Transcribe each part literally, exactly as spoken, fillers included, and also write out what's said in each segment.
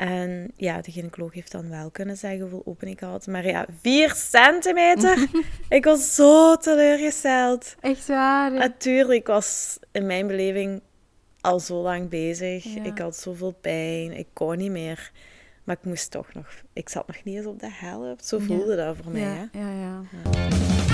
En ja, de gynaecoloog heeft dan wel kunnen zeggen hoeveel opening ik had. Maar ja, vier centimeter. Ik was zo teleurgesteld. Echt waar? Natuurlijk, ik was in mijn beleving al zo lang bezig. Ja. Ik had zoveel pijn. Ik kon niet meer. Maar ik moest toch nog... Ik zat nog niet eens op de helft. Zo voelde ja. dat voor mij. Ja, Hè? ja, ja. Ja.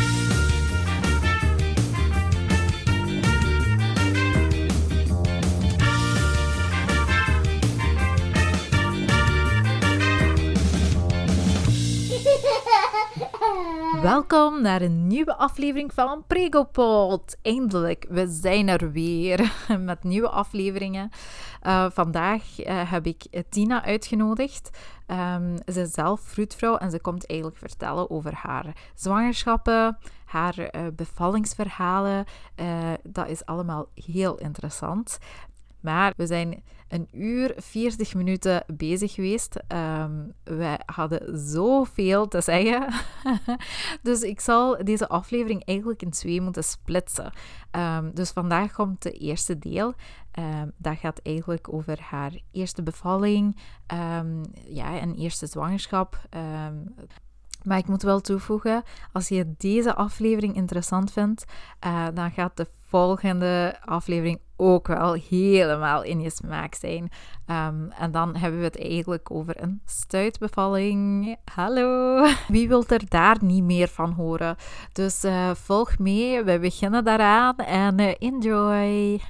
Welkom naar een nieuwe aflevering van Pregopod. Eindelijk, we zijn er weer met nieuwe afleveringen. Uh, vandaag uh, heb ik Tina uitgenodigd. Um, ze is zelf vroedvrouw en ze komt eigenlijk vertellen over haar zwangerschappen, haar uh, bevallingsverhalen. Uh, dat is allemaal heel interessant. Maar we zijn een uur, veertig minuten bezig geweest. Um, wij hadden zoveel te zeggen. Dus ik zal deze aflevering eigenlijk in twee moeten splitsen. Um, dus vandaag komt de eerste deel. Um, dat gaat eigenlijk over haar eerste bevalling. Um, ja, en eerste zwangerschap. Um, Maar ik moet wel toevoegen, als je deze aflevering interessant vindt, uh, dan gaat de volgende aflevering ook wel helemaal in je smaak zijn. Um, en dan hebben we het eigenlijk over een stuitbevalling. Hallo! Wie wil er daar niet meer van horen? Dus uh, volg mee, we beginnen daaraan en uh, enjoy!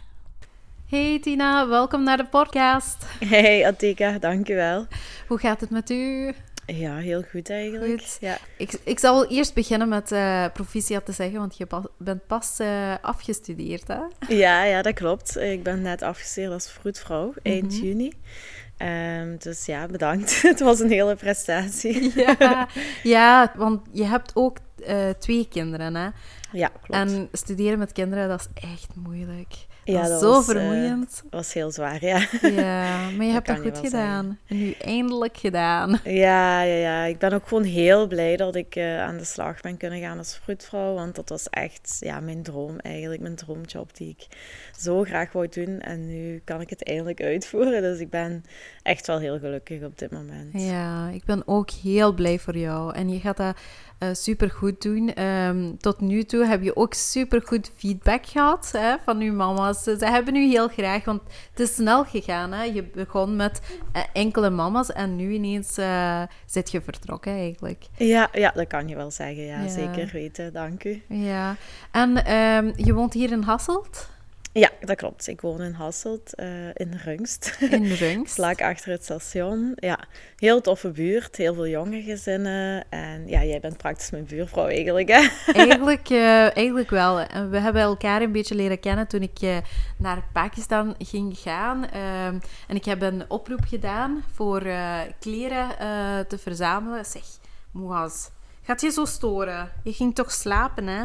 Hey Tina, welkom naar de podcast. Hey Atika, dankjewel. Hoe gaat het met u? Ja, heel goed eigenlijk. Goed. Ja. Ik, ik zal eerst beginnen met uh, proficiat te zeggen, want je pas, bent pas uh, afgestudeerd, hè? Ja, ja, dat klopt. Ik ben net afgestudeerd als vroedvrouw, eind Mm-hmm. juni. Um, dus ja, bedankt. Het was een hele prestatie. Ja, ja, want je hebt ook uh, twee kinderen, hè? Ja, klopt. En studeren met kinderen, dat is echt moeilijk. Dat ja, is dat zo was, vermoeiend. Dat uh, was heel zwaar, ja. Ja, maar je hebt dat het goed gedaan. Zeggen. En nu eindelijk gedaan. Ja, ja, ja. Ik ben ook gewoon heel blij dat ik uh, aan de slag ben kunnen gaan als vroedvrouw. Want dat was echt ja, mijn droom eigenlijk. Mijn droomjob die ik zo graag wou doen. En nu kan ik het eindelijk uitvoeren. Dus ik ben echt wel heel gelukkig op dit moment. Ja, ik ben ook heel blij voor jou. En je gaat dat uh, supergoed doen. Um, tot nu toe heb je ook supergoed feedback gehad hè, van uw mama's. Ze hebben u heel graag, want het is snel gegaan. Hè? Je begon met uh, enkele mama's en nu ineens uh, zit je vertrokken eigenlijk. Ja, ja, dat kan je wel zeggen. Ja, ja. Zeker weten. Dank u. Ja. En um, je woont hier in Hasselt? Ja, dat klopt. Ik woon in Hasselt, uh, in Rungst. In Rungst. Vlak achter het station. Ja, heel toffe buurt, heel veel jonge gezinnen. En ja, jij bent praktisch mijn buurvrouw eigenlijk, hè? Eigenlijk, uh, eigenlijk wel. En we hebben elkaar een beetje leren kennen toen ik uh, naar Pakistan ging gaan. Uh, en ik heb een oproep gedaan voor uh, kleren uh, te verzamelen. Zeg, Moaz, gaat je zo storen? Je ging toch slapen, hè?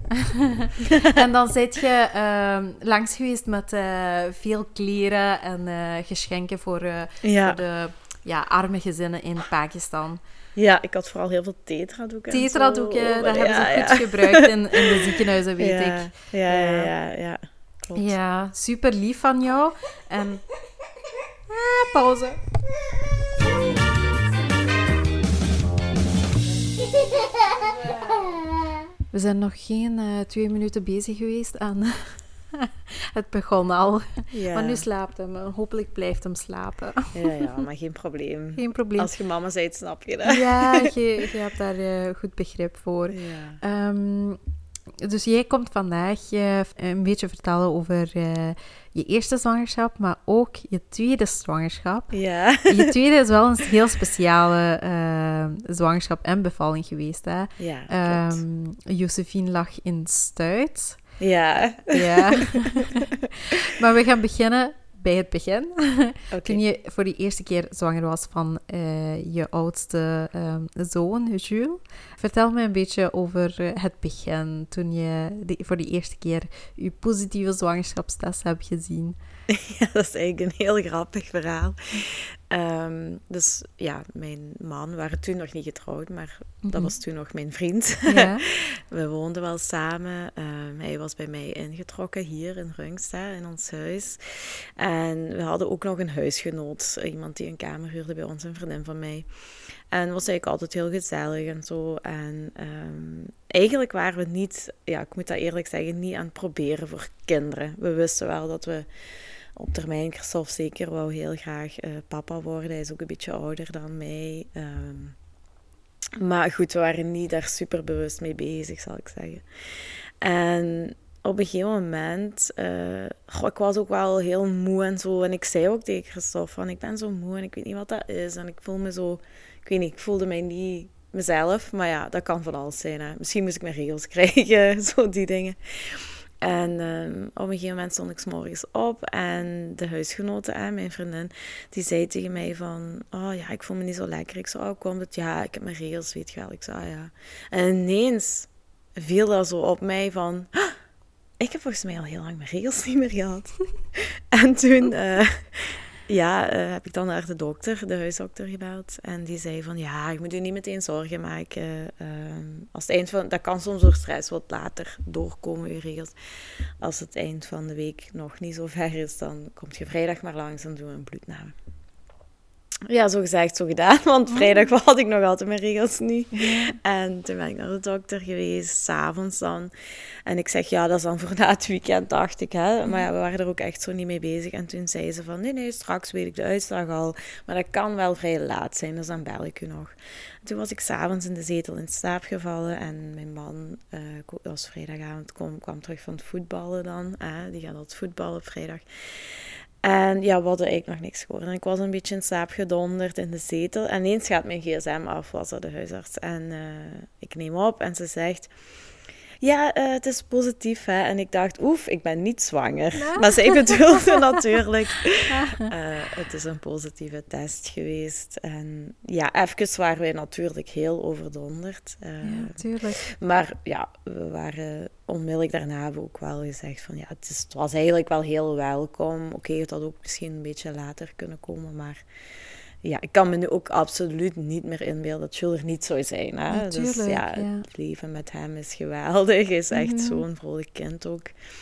En dan zit je uh, langs geweest met uh, veel kleren en uh, geschenken voor, uh, ja. voor de ja, arme gezinnen in Pakistan. Ja, ik had vooral heel veel tetradoeken. Tetradoeken, dat ja, hebben ze ja. goed gebruikt in, in de ziekenhuizen, weet ja. ik. Ja, ja, ja, ja, ja, klopt. Ja, super lief van jou. En... Ah, pauze. We zijn nog geen uh, twee minuten bezig geweest en het begon al. Ja. Maar nu slaapt hem. Hopelijk blijft hem slapen. Ja, ja, maar geen probleem. Geen probleem. Als je mama bent, snap je dat. Ja, je, je hebt daar uh, goed begrip voor. Ja. Um, dus jij komt vandaag uh, een beetje vertellen over uh, je eerste zwangerschap, maar ook je tweede zwangerschap. Ja. Je tweede is wel een heel speciale uh, zwangerschap en bevalling geweest, hè? Ja, klopt. Um, Josephine lag in Stuit. Ja. Ja. Maar we gaan beginnen bij het begin. Okay. Toen je voor de eerste keer zwanger was van uh, je oudste um, zoon, Jules. Vertel me een beetje over uh, het begin, toen je de, voor de eerste keer je positieve zwangerschapstest hebt gezien. Ja, dat is eigenlijk een heel grappig verhaal. Um, dus ja, mijn man, we waren toen nog niet getrouwd, maar mm-hmm. dat was toen nog mijn vriend. Ja. We woonden wel samen. Um, hij was bij mij ingetrokken hier in Rungsta, in ons huis. En we hadden ook nog een huisgenoot, iemand die een kamer huurde bij ons, een vriendin van mij. En het was eigenlijk altijd heel gezellig en zo. En um, eigenlijk waren we niet, ja, ik moet dat eerlijk zeggen, niet aan het proberen voor kinderen. We wisten wel dat we op termijn, Christophe zeker, wou heel graag uh, papa worden. Hij is ook een beetje ouder dan mij. Um, maar goed, we waren niet daar super bewust mee bezig, zal ik zeggen. En op een gegeven moment, uh, goh, ik was ook wel heel moe en zo. En ik zei ook tegen Christophe van, ik ben zo moe en ik weet niet wat dat is. En ik voel me zo, ik weet niet, ik voelde mij niet mezelf. Maar ja, dat kan van alles zijn. Hè. Misschien moest ik mijn regels krijgen, zo die dingen. En um, op een gegeven moment stond ik 's morgens op en de huisgenote, hè, mijn vriendin, die zei tegen mij van, oh ja, ik voel me niet zo lekker. Ik zei, oh, komt het? Ja, ik heb mijn regels, weet je wel. Ik zei, ah, ja. En ineens viel dat zo op mij van, ah, ik heb volgens mij al heel lang mijn regels niet meer gehad. En toen, uh, ja, uh, heb ik dan naar de dokter, de huisdokter gebeld. En die zei van, ja, je moet je niet meteen zorgen maken. Uh, als het eind van, dat kan soms door stress wat later doorkomen, je regels. Als het eind van de week nog niet zo ver is, dan kom je vrijdag maar langs en doen we een bloedname. Ja, zo gezegd, zo gedaan. Want vrijdag had ik nog altijd mijn regels niet. Ja. En toen ben ik naar de dokter geweest, 's avonds dan. En ik zeg, ja, dat is dan voor na het weekend, dacht ik. Hè. Maar ja, we waren er ook echt zo niet mee bezig. En toen zei ze van, nee, nee, straks weet ik de uitslag al. Maar dat kan wel vrij laat zijn, dus dan bel ik u nog. En toen was ik 's avonds in de zetel in slaap gevallen. En mijn man, uh, dat was vrijdagavond, kwam, kwam terug van het voetballen dan. Hè. Die gaat altijd voetballen op vrijdag. En ja, we hadden eigenlijk nog niks gehoord. En ik was een beetje in slaap gedonderd in de zetel. En ineens gaat mijn gsm af, was dat de huisarts. En uh, ik neem op en ze zegt, ja, uh, het is positief, hè. En ik dacht, oef, ik ben niet zwanger. Ja. Maar zij bedoelde natuurlijk, uh, het is een positieve test geweest. En ja, even waren wij natuurlijk heel overdonderd. Uh, ja, tuurlijk. Maar ja, we waren onmiddellijk daarna hebben we ook wel gezegd van, ja, het, is, het was eigenlijk wel heel welkom. Oké, okay, het had ook misschien een beetje later kunnen komen, maar ja, ik kan me nu ook absoluut niet meer inbeelden dat Jules er niet zou zijn. Hè? Ja, tuurlijk, dus ja, ja, het leven met hem is geweldig. Hij is echt mm-hmm. zo'n vrolijk kind ook.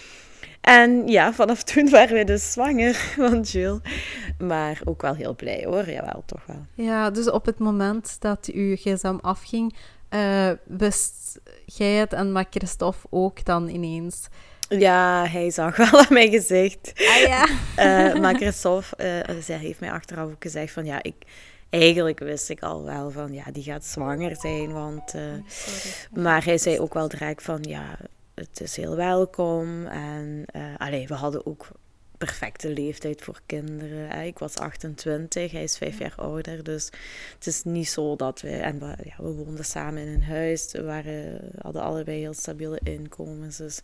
En ja, vanaf toen waren we dus zwanger van Jules. Maar ook wel heel blij hoor, jawel, toch wel. Ja, dus op het moment dat uw gsm afging, uh, wist jij het en maar Christophe ook dan ineens? Ja, hij zag wel aan mijn gezicht. Ah ja. uh, maar Christophe, uh, zij heeft mij achteraf ook gezegd van ja, ik, eigenlijk wist ik al wel van ja, die gaat zwanger zijn. Want, uh, Sorry. Maar hij zei ook wel direct van ja, het is heel welkom. En uh, allee, we hadden ook perfecte leeftijd voor kinderen. Hè. Ik was achtentwintig, hij is vijf jaar ouder. Dus het is niet zo dat we... En we, ja, we woonden samen in een huis. We waren, hadden allebei heel stabiele inkomens. Dus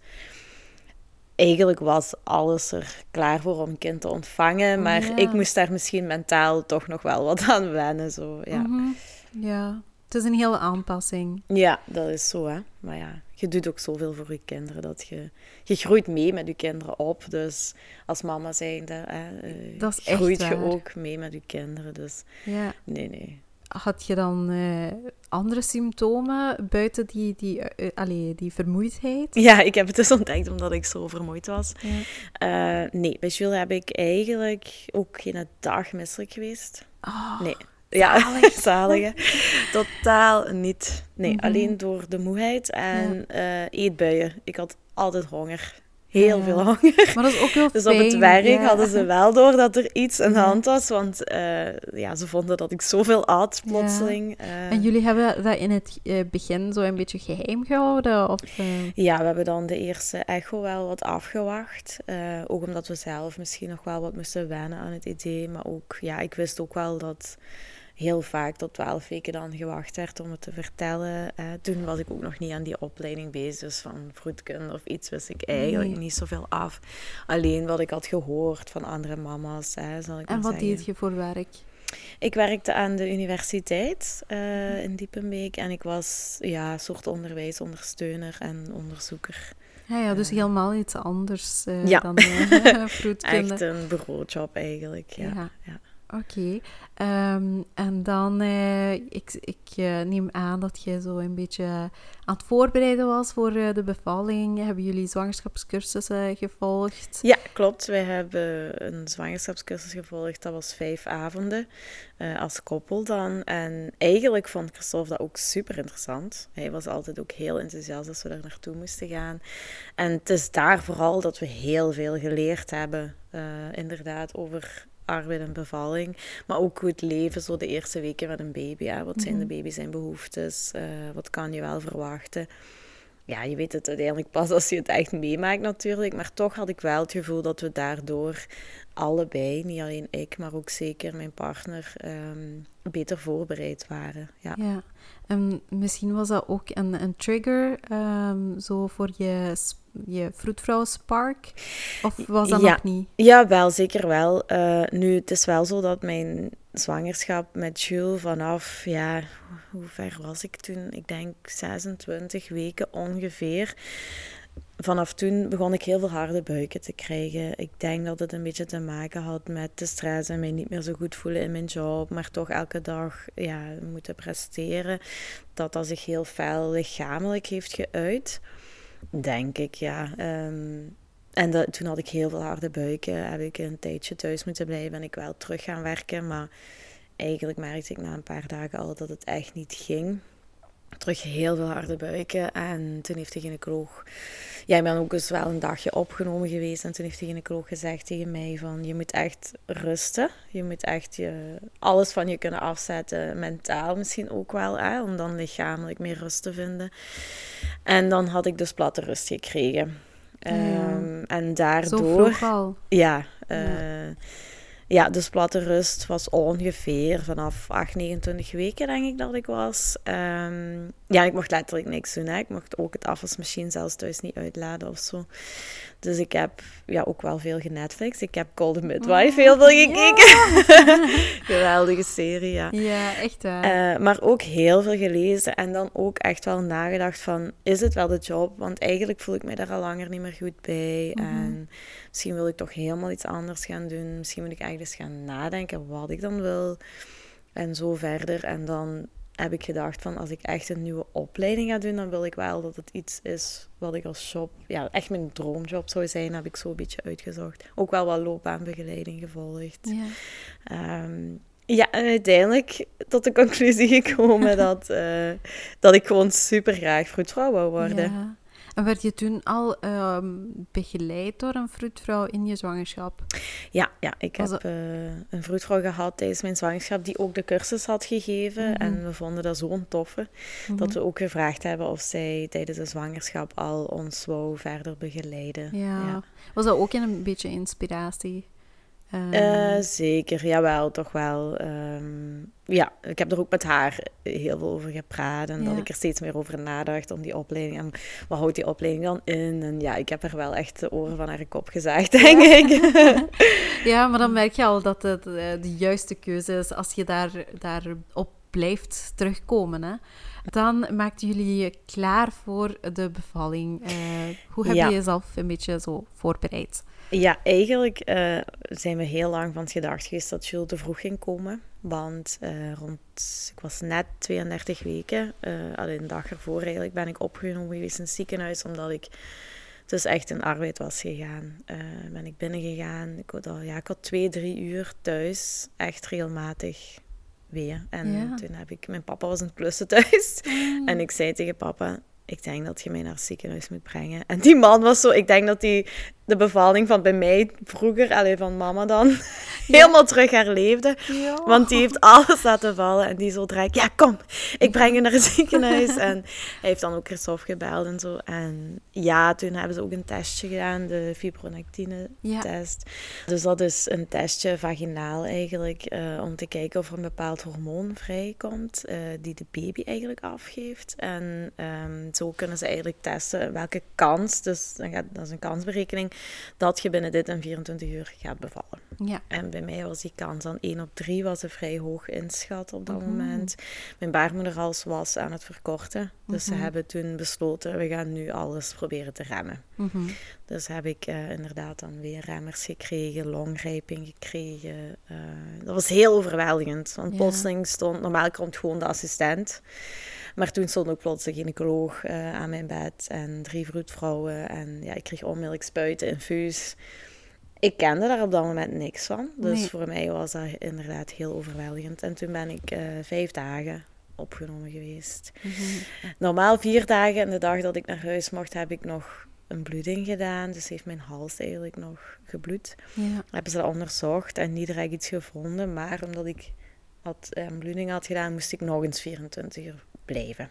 eigenlijk was alles er klaar voor om een kind te ontvangen. Maar ja. ik moest daar misschien mentaal toch nog wel wat aan wennen. Zo, ja. Mm-hmm. Ja, het is een hele aanpassing. Ja, dat is zo, hè. Maar ja, je doet ook zoveel voor je kinderen. Dat je, je groeit mee met je kinderen op. Dus als mama zijnde, hè, dat is groeit echt je waar. ook mee met je kinderen. Dus ja. nee, nee. Had je dan uh, andere symptomen buiten die, die, uh, allee, die vermoeidheid? Ja, ik heb het dus ontdekt omdat ik zo vermoeid was. Ja. Uh, nee, bij Jules heb ik eigenlijk ook geen dag misselijk geweest. Oh, nee. Zalig. Ja, zalig. Totaal niet. Nee, mm-hmm. alleen door de moeheid en ja. uh, eetbuien. Ik had altijd honger. Heel ja. veel honger. Maar dat is ook heel dus fijn. op het werk ja. hadden ze wel door dat er iets aan de hand was. Want uh, ja, ze vonden dat ik zoveel at, plotseling. Ja. Uh, en jullie hebben dat in het uh, begin zo een beetje geheim gehouden? Of, uh... Ja, we hebben dan de eerste echo wel wat afgewacht. Uh, ook omdat we zelf misschien nog wel wat moesten wennen aan het idee. Maar ook, ja, ik wist ook wel dat heel vaak tot twaalf weken dan gewacht werd om het te vertellen. Uh, toen was ik ook nog niet aan die opleiding bezig, dus van vroedkunde of iets wist ik eigenlijk nee. niet zoveel af. Alleen wat ik had gehoord van andere mama's, hè, zal ik En wat zeggen. deed je voor werk? Ik werkte aan de universiteit uh, in Diepenbeek en ik was ja, een soort onderwijsondersteuner en onderzoeker. Ja, ja, dus helemaal iets anders uh, ja. dan uh, vroedkunde. Echt een bureaujob eigenlijk, ja. ja. ja. Oké. Okay. Um, en dan, uh, ik, ik uh, neem aan dat je zo een beetje aan het voorbereiden was voor uh, de bevalling. Hebben jullie zwangerschapscursussen gevolgd? Ja, klopt. Wij hebben een zwangerschapscursus gevolgd. Dat was vijf avonden, uh, als koppel dan. En eigenlijk vond Christophe dat ook super interessant. Hij was altijd ook heel enthousiast als we daar naartoe moesten gaan. En het is daar vooral dat we heel veel geleerd hebben, uh, inderdaad, over arbeid en bevalling, maar ook hoe het leven zo de eerste weken met een baby. Hè? Wat zijn de baby zijn behoeftes? Uh, wat kan je wel verwachten? Ja, je weet het uiteindelijk pas als je het echt meemaakt natuurlijk, maar toch had ik wel het gevoel dat we daardoor allebei, niet alleen ik, maar ook zeker mijn partner, um, beter voorbereid waren. Ja. Ja, en misschien was dat ook een, een trigger um, zo voor je, je vroedvrouw Spark? Of was dat ja. nog niet? Ja, wel, zeker wel. Uh, nu, het is wel zo dat mijn zwangerschap met Jules vanaf, ja, hoe ver was ik toen? Ik denk zesentwintig weken ongeveer. Vanaf toen begon ik heel veel harde buiken te krijgen. Ik denk dat het een beetje te maken had met de stress en mij niet meer zo goed voelen in mijn job, maar toch elke dag ja, moeten presteren. Dat dat zich heel fel lichamelijk heeft geuit, denk ik, ja. Um, en dat, toen had ik heel veel harde buiken, heb ik een tijdje thuis moeten blijven en ik wel terug gaan werken, maar eigenlijk merkte ik na een paar dagen al dat het echt niet ging. Terug heel veel harde buiken en toen heeft de gynaecoloog... Ja, ik ben ook eens wel een dagje opgenomen geweest en toen heeft de gynaecoloog gezegd tegen mij van je moet echt rusten. Je moet echt je, alles van je kunnen afzetten, mentaal misschien ook wel, hè, om dan lichamelijk meer rust te vinden. En dan had ik dus platte rust gekregen. Ja. Um, en daardoor... Zo vroeg al. Ja, uh, ja. Ja, dus platte rust was ongeveer vanaf acht, negenentwintig weken, denk ik dat ik was. Um, ja, ik mocht letterlijk niks doen. Hè. Ik mocht ook het afwasmachine zelfs thuis niet uitladen of zo. Dus ik heb ja, ook wel veel genetflix. Ik heb Golden Midwife heel veel gekeken. Ja. Geweldige serie, ja. Ja, echt waar. Uh, maar ook heel veel gelezen en dan ook echt wel nagedacht van, is het wel de job? Want eigenlijk voel ik me daar al langer niet meer goed bij. Mm-hmm. En misschien wil ik toch helemaal iets anders gaan doen. Misschien moet ik echt eens gaan nadenken wat ik dan wil. En zo verder. En dan heb ik gedacht van, als ik echt een nieuwe opleiding ga doen, dan wil ik wel dat het iets is wat ik als job, ja, echt mijn droomjob zou zijn, heb ik zo een beetje uitgezocht. Ook wel wat loopbaanbegeleiding gevolgd. Ja. Um, Ja, en uiteindelijk tot de conclusie gekomen dat, uh, dat ik gewoon super graag vroedvrouw wou worden. Ja. En werd je toen al um, begeleid door een vroedvrouw in je zwangerschap? Ja, ja ik Was heb het... uh, een vroedvrouw gehad tijdens mijn zwangerschap die ook de cursus had gegeven. Mm-hmm. En we vonden dat zo'n toffe, mm-hmm. dat we ook gevraagd hebben of zij tijdens de zwangerschap al ons wou verder begeleiden. Ja. Ja. Was dat ook een beetje inspiratie? Um... Uh, zeker, jawel, toch wel. Um, ja, ik heb er ook met haar heel veel over gepraat en ja. dat ik er steeds meer over nadacht om die opleiding. En wat houdt die opleiding dan in? En ja, ik heb er wel echt de oren van haar kop gezaagd, denk ja. ik. Ja, maar dan merk je al dat het de juiste keuze is als je daar, daarop blijft terugkomen, hè. Dan maakten jullie je klaar voor de bevalling. Uh, hoe heb ja. je jezelf een beetje zo voorbereid? Ja, eigenlijk uh, zijn we heel lang van het gedacht geweest dat Jules te vroeg ging komen. Want uh, rond, ik was net tweeëndertig weken, uh, alleen een dag ervoor eigenlijk, ben ik opgenomen geweest in het ziekenhuis, omdat ik dus echt in arbeid was gegaan. Uh, ben ik binnengegaan, ik had, al, ja, ik had twee, drie uur thuis, echt regelmatig weer. En ja. toen heb ik, mijn papa was aan het klussen thuis. Mm. En ik zei tegen papa, ik denk dat je mij naar het ziekenhuis moet brengen. En die man was zo, ik denk dat hij de bevalling van bij mij vroeger, alleen van mama dan, ja. helemaal terug herleefde. Ja. Want die heeft alles laten vallen en die zo draait, ja kom, ik breng je naar het ziekenhuis. En hij heeft dan ook Christophe gebeld en zo. En ja, toen hebben ze ook een testje gedaan, de fibronectine-test. Ja. Dus dat is een testje vaginaal eigenlijk, uh, om te kijken of er een bepaald hormoon vrijkomt, uh, die de baby eigenlijk afgeeft. En um, zo kunnen ze eigenlijk testen welke kans, dus dan gaat, dat is een kansberekening, dat je binnen dit en vierentwintig uur gaat bevallen. Ja. En bij mij was die kans dan één op drie, was ze vrij hoog inschat op dat Mm-hmm. moment. Mijn baarmoederhals was aan het verkorten, dus Mm-hmm. ze hebben toen besloten, we gaan nu alles proberen te remmen. Mm-hmm. Dus heb ik uh, inderdaad dan weer remmers gekregen, longrijping gekregen. Uh, dat was heel overweldigend, want Ja. plotseling stond, normaal komt gewoon de assistent, maar toen stond ook plots de gynaecoloog uh, aan mijn bed en drie vroedvrouwen en ja, ik kreeg onmiddellijk spuiten, infuus. Ik kende daar op dat moment niks van, dus Nee. voor mij was dat inderdaad heel overweldigend. En toen ben ik uh, vijf dagen opgenomen geweest. Mm-hmm. Normaal vier dagen en de dag dat ik naar huis mocht heb ik nog een bloeding gedaan, dus heeft mijn hals eigenlijk nog gebloed. Ja. Hebben ze dat onderzocht en niet direct iets gevonden, maar omdat ik had, een bloeding had gedaan, moest ik nog eens vierentwintig uur blijven.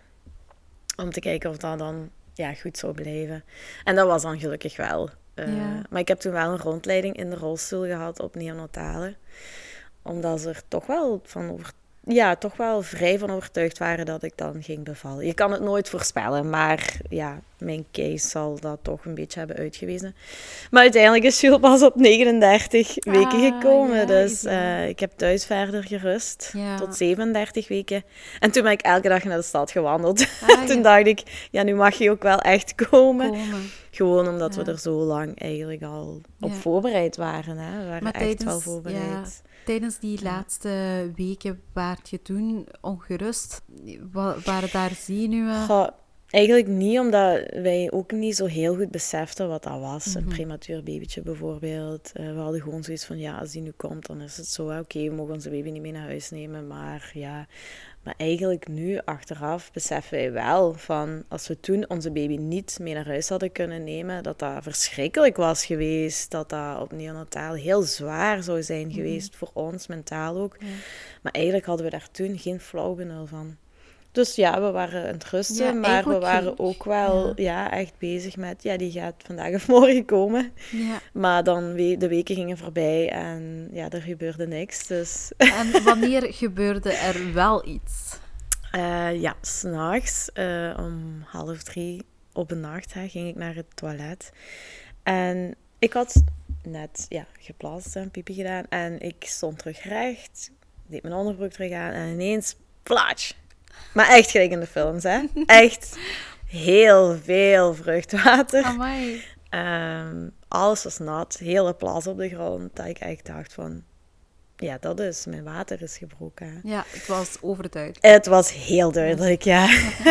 Om te kijken of dat dan ja, goed zou blijven. En dat was dan gelukkig wel. Uh, Ja. Maar ik heb toen wel een rondleiding in de rolstoel gehad op neonatale. Omdat ze er toch wel van over, ja, toch wel vrij van overtuigd waren dat ik dan ging bevallen. Je kan het nooit voorspellen, maar ja, mijn case zal dat toch een beetje hebben uitgewezen. Maar uiteindelijk is Jules pas op negenendertig Ah, weken gekomen. ja, dus is dat. uh, ik heb thuis verder gerust Ja. tot zevenendertig weken. En toen ben ik elke dag naar de stad gewandeld. Ah, toen ja. dacht ik, ja, nu mag je ook wel echt komen. Komen. Gewoon omdat Ja. we er zo lang eigenlijk al op Ja. voorbereid waren. Hè? We waren Maar echt tijdens- wel voorbereid. Tijdens die Ja. laatste weken waart je toen ongerust? Wa- waren daar zenuwen? Goh, eigenlijk niet, omdat wij ook niet zo heel goed beseften wat dat was. Mhm. Een prematuur babytje bijvoorbeeld. Uh, we hadden gewoon zoiets van, ja, als die nu komt, dan is het zo, oké, okay, we mogen onze baby niet mee naar huis nemen. Maar ja, maar eigenlijk nu, achteraf, beseffen wij wel van, als we toen onze baby niet mee naar huis hadden kunnen nemen, dat dat verschrikkelijk was geweest. Dat dat op neonataal heel zwaar zou zijn Mhm. geweest, voor ons, mentaal ook. Ja. Maar eigenlijk hadden we daar toen geen flauw benul van. Dus ja, we waren aan het rusten, Ja, maar we eigenlijk waren geen- ook wel ja. ja, echt bezig met, ja, die gaat vandaag of morgen komen. Ja. Maar dan, we- de weken gingen voorbij en ja, er gebeurde niks. Dus En wanneer gebeurde er wel iets? uh, ja, s'nachts uh, om half drie op de nacht hè, ging ik naar het toilet. En ik had net ja, geplast en pipi gedaan en ik stond terug recht, deed mijn onderbroek terug aan en ineens, plaatsch! Maar echt gelijk in de films, hè. Echt heel veel vruchtwater. Amai. Um, alles was nat, hele plas op de grond. Dat ik echt dacht van, ja, dat is, mijn water is gebroken. Hè. Ja, het was overduidelijk. Het was heel duidelijk, ja.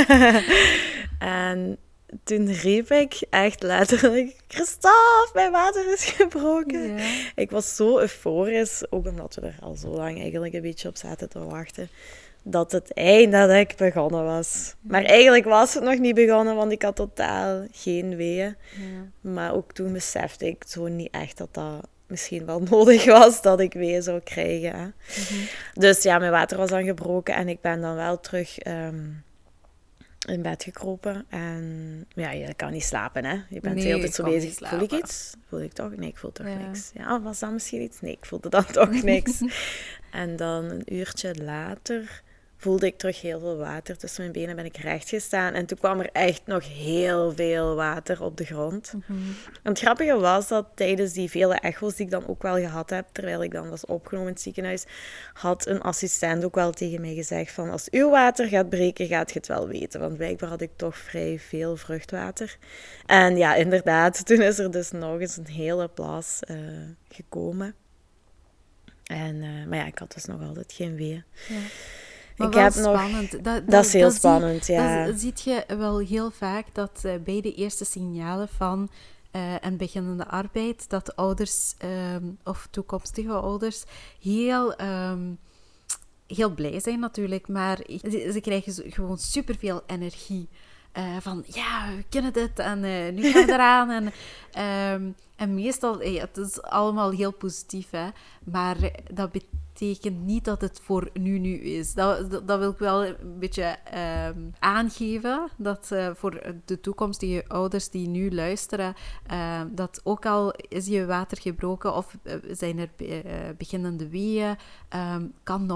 En toen riep ik echt letterlijk, Christophe, mijn water is gebroken. Ja. Ik was zo euforisch, ook omdat we er al zo lang eigenlijk een beetje op zaten te wachten, dat het eindelijk begonnen was. Maar eigenlijk was het nog niet begonnen, want ik had totaal geen weeën. Ja. Maar ook toen besefte ik zo niet echt dat dat misschien wel nodig was, dat ik weeën zou krijgen. Hè. Mhm. Dus ja, mijn water was dan gebroken en ik ben dan wel terug um, in bed gekropen. En ja, je kan niet slapen, hè. Je bent Nee, de hele tijd ik zo kan bezig. niet Voel ik slapen. iets? Voel ik toch? Nee, ik voel toch Ja. niks. Ja, was dat misschien iets? Nee, ik voelde dan toch niks. En dan een uurtje later voelde ik terug heel veel water tussen mijn benen. Ben ik recht gestaan en toen kwam er echt nog heel veel water op de grond. Mhm. En het grappige was dat tijdens die vele echo's die ik dan ook wel gehad heb, terwijl ik dan was opgenomen in het ziekenhuis, had een assistent ook wel tegen mij gezegd van, als uw water gaat breken, gaat je het wel weten. Want blijkbaar had ik toch vrij veel vruchtwater. En ja, inderdaad, toen is er dus nog eens een hele plas uh, gekomen. En, uh, maar ja, ik had dus nog altijd geen weeën. Ja. Maar Ik wel heb nog... spannend. Dat, dat, Dat is heel dat spannend, zie, ja. Dat zie je wel heel vaak, dat uh, bij de eerste signalen van uh, een beginnende arbeid, dat ouders, um, of toekomstige ouders, heel... Um, heel blij zijn natuurlijk, maar ze, ze krijgen zo, gewoon superveel energie. Uh, van, ja, we kunnen dit en uh, nu gaan we eraan. en, um, en meestal, ja, het is allemaal heel positief, hè, maar dat betekent niet dat het voor nu nu is. Dat, dat, dat wil ik wel een beetje um, aangeven, dat uh, voor de toekomstige ouders die nu luisteren, uh, dat ook al is je water gebroken of uh, zijn er uh, beginnende weeën, um, kan nog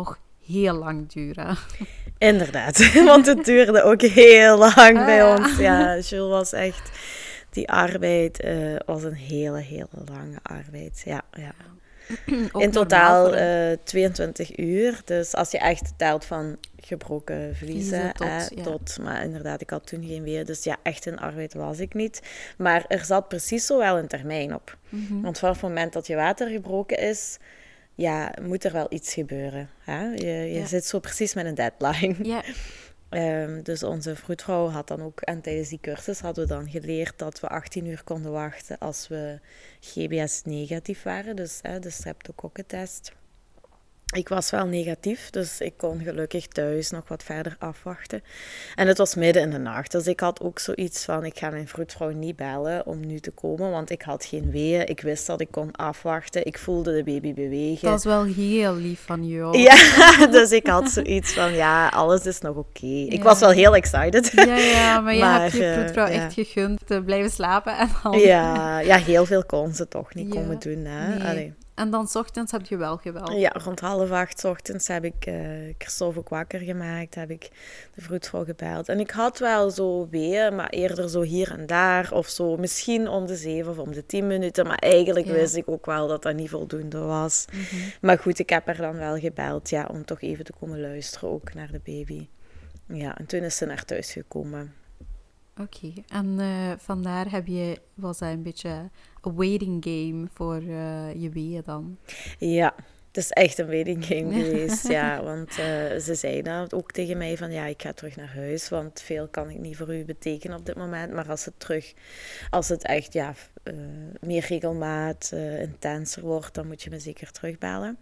heel lang duren. Inderdaad, want het duurde ook heel lang Ah, bij ja. ons. Ja, Jules was echt... Die arbeid eh, was een hele, hele lange arbeid. Ja, ja. Ook In normaal totaal voor een eh, tweeëntwintig uur. Dus als je echt telt van gebroken vliezen vliezen tot, eh, ja. tot... Maar inderdaad, ik had toen geen weer. Dus ja, echt in arbeid was ik niet. Maar er zat precies zo wel een termijn op. Mhm. Want vanaf het moment dat je water gebroken is... Ja, moet er wel iets gebeuren. Hè? Je, je Ja. zit zo precies met een deadline. Ja, Ehm, dus onze vroedvrouw had dan ook, en tijdens die cursus hadden we dan geleerd dat we achttien uur konden wachten als we G B S negatief waren, dus hè, de streptokokkentest. Ik was wel negatief, dus ik kon gelukkig thuis nog wat verder afwachten. En het was midden in de nacht, dus ik had ook zoiets van, ik ga mijn vroedvrouw niet bellen om nu te komen, want ik had geen weeën. Ik wist dat ik kon afwachten, ik voelde de baby bewegen. dat is wel heel lief van jou. Ja, dus ik had zoiets van, ja, alles is nog oké. Ik Ja. was wel heel excited. Ja, ja, maar je Maar, hebt je eh, vroedvrouw ja. echt gegund te blijven slapen. En dan, Ja, ja, heel veel kon ze toch niet Ja, komen doen. Hè? nee. Allee. En dan 's ochtends heb je wel gebeld. Ja, rond half acht 's ochtends heb ik eh Christophe ook wakker gemaakt, heb ik de vroedvrouw gebeld. En ik had wel zo weeën, maar eerder zo hier en daar, of zo misschien om de zeven of om de tien minuten. Maar eigenlijk Ja. wist ik ook wel dat dat niet voldoende was. Mhm. Maar goed, ik heb haar dan wel gebeld, ja, om toch even te komen luisteren ook naar de baby. Ja, en toen is ze naar thuis gekomen. Oké, en eh, vandaar heb je, was dat een beetje een waiting game voor eh, je weeën dan? Ja, het is echt een waiting game geweest, ja. Want eh, ze zei dat ook tegen mij van, ja, ik ga terug naar huis, want veel kan ik niet voor u betekenen op dit moment. Maar als het terug, als het echt, ja, eh, meer regelmaat, eh, intenser wordt, dan moet je me zeker terugbellen.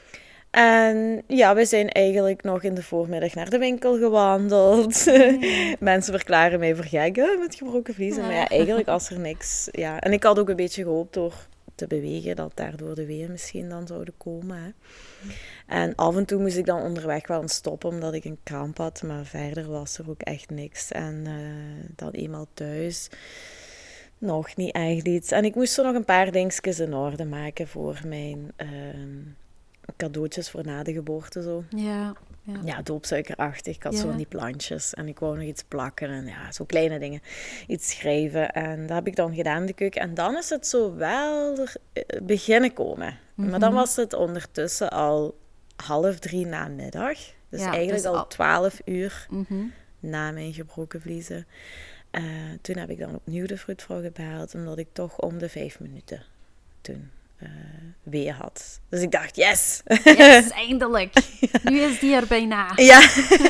En ja, we zijn eigenlijk nog in de voormiddag naar de winkel gewandeld. Mensen verklaren mij voor gek hè, met gebroken vliezen. Maar ja, eigenlijk als er niks... Ja. En ik had ook een beetje gehoopt door te bewegen dat daardoor de weeën misschien dan zouden komen. Hè. En af en toe moest ik dan onderweg wel eens stoppen omdat ik een kramp had. Maar verder was er ook echt niks. En uh, dan eenmaal thuis... Nog niet echt iets. En ik moest zo nog een paar dingetjes in orde maken voor mijn... Uh, cadeautjes voor na de geboorte zo. Ja, ja. Ja, doopsuikerachtig. Ik had Ja. zo die plantjes en ik wou nog iets plakken en ja, zo kleine dingen. Iets schrijven en dat heb ik dan gedaan in de keuken. En dan is het zo wel er beginnen komen. Mhm. Maar dan was het ondertussen al half drie namiddag. Dus Ja, eigenlijk dus al al- twaalf uur Mhm. na mijn gebroken vliezen. Uh, toen heb ik dan opnieuw de vroedvrouw gebeld, omdat ik toch om de vijf minuten toen... Uh, weer had. Dus ik dacht, yes! Yes, eindelijk! Nu is die er bijna. Ja.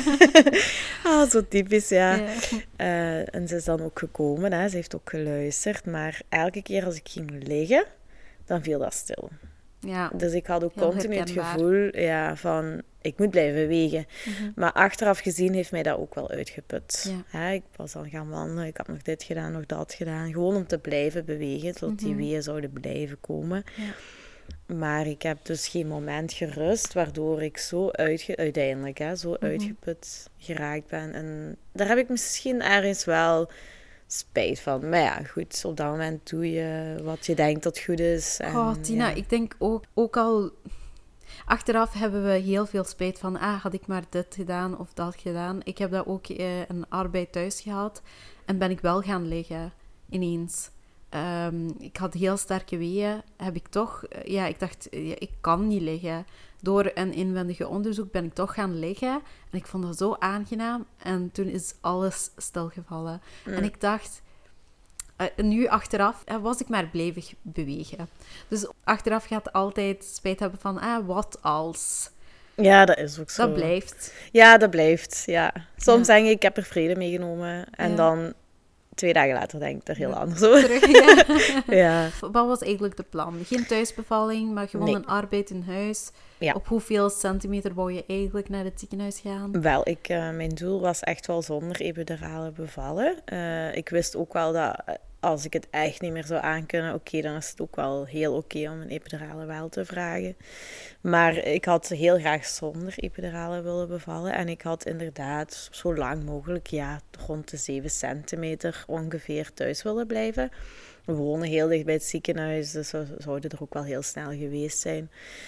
Ah, zo typisch, ja. Ja. Uh, en ze is dan ook gekomen, hè. Ze heeft ook geluisterd. Maar elke keer als ik ging liggen, dan viel dat stil. Ja. Dus ik had ook Heel continu het herkenbaar. gevoel ja, van, ik moet blijven bewegen. Mhm. Maar achteraf gezien heeft mij dat ook wel uitgeput. Ja. Hè, ik was dan gaan wandelen, ik had nog dit gedaan, nog dat gedaan. Gewoon om te blijven bewegen, tot die Mhm. weeën zouden blijven komen. Ja. Maar ik heb dus geen moment gerust, waardoor ik zo uitge- uiteindelijk hè, zo Mhm. uitgeput geraakt ben. En daar heb ik misschien ergens wel spijt van. Maar ja, goed, op dat moment doe je wat je denkt dat goed is. En, Oh, Tina, ja. ik denk ook, ook al... Achteraf hebben we heel veel spijt van, ah, had ik maar dit gedaan of dat gedaan. Ik heb dat ook eh, een arbeid thuis gehad en ben ik wel gaan liggen, ineens. Ehm, ik had heel sterke weeën, heb ik toch... eh, ja, ik dacht, eh, ja, ik kan niet liggen. Door een inwendige onderzoek ben ik toch gaan liggen. En ik vond dat zo aangenaam. En toen is alles stilgevallen. Mm. En ik dacht... Uh, nu achteraf uh, was ik maar blijven bewegen. Dus achteraf gaat altijd spijt hebben van, ah, wat als? Ja, dat is ook zo. Dat blijft. Ja, dat blijft, ja. Soms Ja. denk ik, ik heb er vrede meegenomen. En Ja. dan, twee dagen later, denk ik er heel Ja. anders over. Terug, ja. Ja. Wat was eigenlijk de plan? Geen thuisbevalling, maar gewoon Nee. een arbeid in huis. Ja. Op hoeveel centimeter wou je eigenlijk naar het ziekenhuis gaan? Wel, ik, uh, mijn doel was echt wel zonder epidurale bevallen. Uh, ik wist ook wel dat uh, als ik het echt niet meer zou aankunnen, oké, okay, dan is het ook wel heel oké okay om een epidurale wel te vragen. Maar ik had heel graag zonder epidurale willen bevallen. En ik had inderdaad zo lang mogelijk, ja, rond de zeven centimeter ongeveer thuis willen blijven. We wonen heel dicht bij het ziekenhuis, dus we zouden er ook wel heel snel geweest zijn.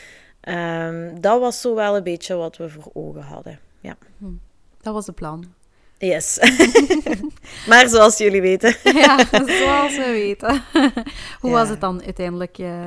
Um, dat was zo wel een beetje wat we voor ogen hadden. Ja. Hm. Dat was het plan. Yes. Maar zoals jullie weten. Ja, zoals we weten. Hoe ja. was het dan uiteindelijk? Uh...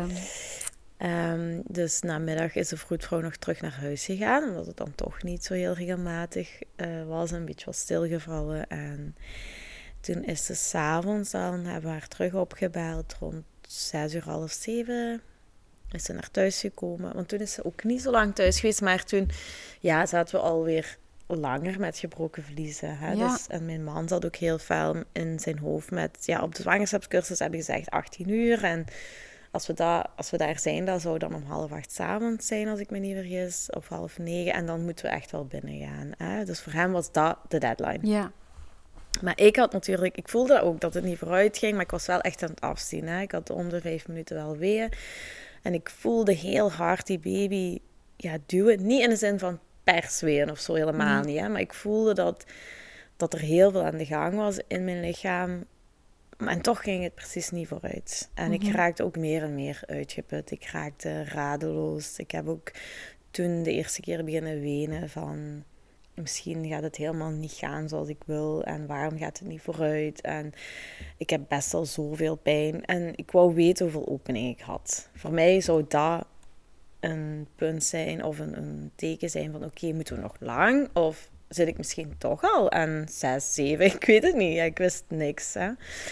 Um, dus namiddag is de vroedvrouw nog terug naar huis gegaan, omdat het dan toch niet zo heel regelmatig uh, was, een beetje was stilgevallen. En toen is ze 's avonds dan, hebben we haar terug opgebeld, rond zes uur, half zeven, is ze naar thuis gekomen. Want toen is ze ook niet zo lang thuis geweest, maar toen ja, zaten we alweer langer met gebroken vliezen. Hè? Ja. Dus, en mijn man zat ook heel fel in zijn hoofd met, ja, op de zwangerschapscursus hebben gezegd achttien uur en Als we, da, als we daar zijn, dat zou dan om half acht 's avonds zijn, als ik me niet vergis. Of half negen. En dan moeten we echt wel binnen gaan. Hè? Dus voor hem was dat de deadline. Ja. Maar ik had natuurlijk... Ik voelde ook dat het niet vooruit ging. Maar ik was wel echt aan het afzien. Hè? Ik had om de vijf minuten wel weeën. En ik voelde heel hard die baby ja, duwen. Niet in de zin van persweeën of zo, helemaal mm. niet. Hè? Maar ik voelde dat, dat er heel veel aan de gang was in mijn lichaam. En toch ging het precies niet vooruit. En mm-hmm. ik raakte ook meer en meer uitgeput. Ik raakte radeloos. Ik heb ook toen de eerste keer beginnen wenen van... Misschien gaat het helemaal niet gaan zoals ik wil. En waarom gaat het niet vooruit? En ik heb best wel zoveel pijn. En ik wou weten hoeveel opening ik had. Voor mij zou dat een punt zijn of een, een teken zijn van... Oké, okay, moeten we nog lang? Of... zit ik misschien toch al aan zes, zeven, ik weet het niet. Ja, ik wist niks. Hè.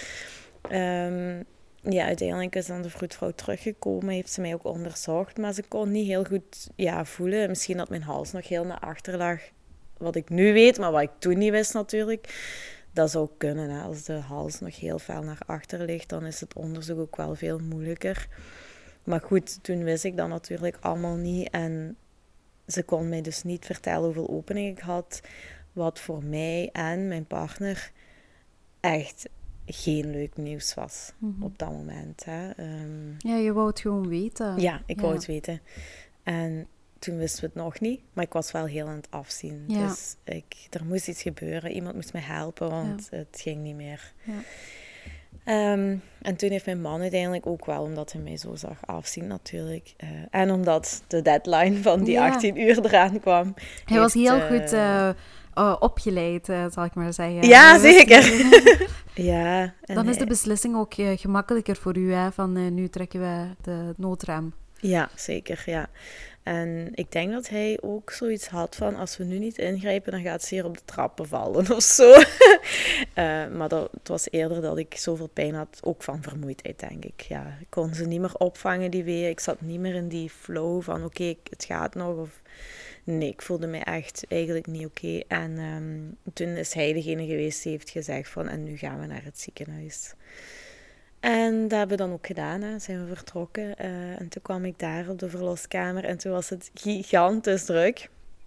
Um, ja, uiteindelijk is dan de vroedvrouw teruggekomen, heeft ze mij ook onderzocht, maar ze kon niet heel goed ja, voelen. Misschien dat mijn hals nog heel naar achter lag, wat ik nu weet, maar wat ik toen niet wist natuurlijk. Dat zou kunnen, hè. Als de hals nog heel fel naar achter ligt, dan is het onderzoek ook wel veel moeilijker. Maar goed, toen wist ik dat natuurlijk allemaal niet en... Ze kon mij dus niet vertellen hoeveel opening ik had, wat voor mij en mijn partner echt geen leuk nieuws was mm-hmm. op dat moment. Hè. Um, ja, je wou het gewoon weten. Ja, ik ja. wou het weten. En toen wisten we het nog niet, maar ik was wel heel aan het afzien. Ja. Dus ik, er moest iets gebeuren, iemand moest mij helpen, want ja. het ging niet meer. Ja. Um, en toen heeft mijn man uiteindelijk ook wel, omdat hij mij zo zag afzien natuurlijk. Uh, en omdat de deadline van die ja. achttien uur eraan kwam. Hij heeft, was heel uh, goed uh, uh, opgeleid, uh, zal ik maar zeggen. Ja, zeker. ja, en Dan is de beslissing ook uh, gemakkelijker voor u, hè, van uh, nu trekken we de noodrem. Ja, zeker, ja. En ik denk dat hij ook zoiets had van... als we nu niet ingrijpen, dan gaat ze hier op de trappen vallen of zo. uh, maar dat, het was eerder dat ik zoveel pijn had, ook van vermoeidheid, denk ik. Ja, ik kon ze niet meer opvangen, die weeën. Ik zat niet meer in die flow van, oké, okay, het gaat nog. Of... Nee, ik voelde me echt eigenlijk niet oké. Okay. En um, toen is hij degene geweest die heeft gezegd van... en nu gaan we naar het ziekenhuis. En dat hebben we dan ook gedaan, hè. Zijn we vertrokken. Uh, en toen kwam ik daar op de verloskamer en toen was het gigantisch druk.